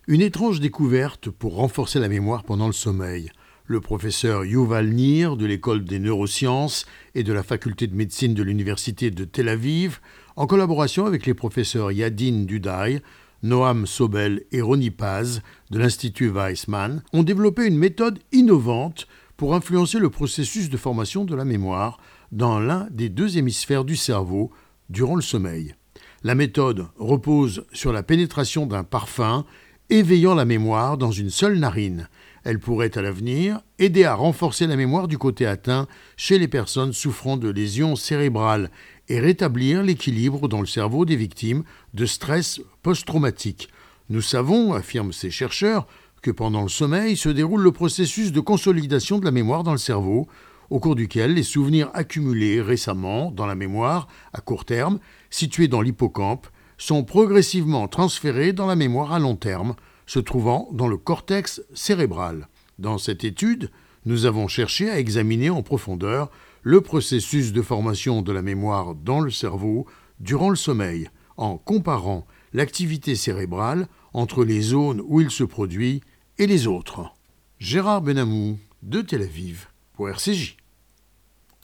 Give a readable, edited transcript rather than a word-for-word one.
Une étrange découverte pour renforcer la mémoire pendant le sommeil. Le professeur Yuval Nir de l'école des neurosciences et de la faculté de médecine de l'université de Tel Aviv, en collaboration avec les professeurs Yadin Dudaï, Noam Sobel et Ronnie Paz de l'Institut Weizmann, ont développé une méthode innovante pour influencer le processus de formation de la mémoire dans l'un des deux hémisphères du cerveau durant le sommeil. La méthode repose sur la pénétration d'un parfum éveillant la mémoire dans une seule narine. Elle pourrait à l'avenir aider à renforcer la mémoire du côté atteint chez les personnes souffrant de lésions cérébrales et rétablir l'équilibre dans le cerveau des victimes de stress post-traumatique. Nous savons, affirment ces chercheurs, que pendant le sommeil se déroule le processus de consolidation de la mémoire dans le cerveau, au cours duquel les souvenirs accumulés récemment dans la mémoire à court terme, situés dans l'hippocampe, sont progressivement transférés dans la mémoire à long terme, se trouvant dans le cortex cérébral. Dans cette étude, nous avons cherché à examiner en profondeur le processus de formation de la mémoire dans le cerveau durant le sommeil, en comparant l'activité cérébrale entre les zones où il se produit et les autres. Gérard Benamou, de Tel Aviv, pour RCJ.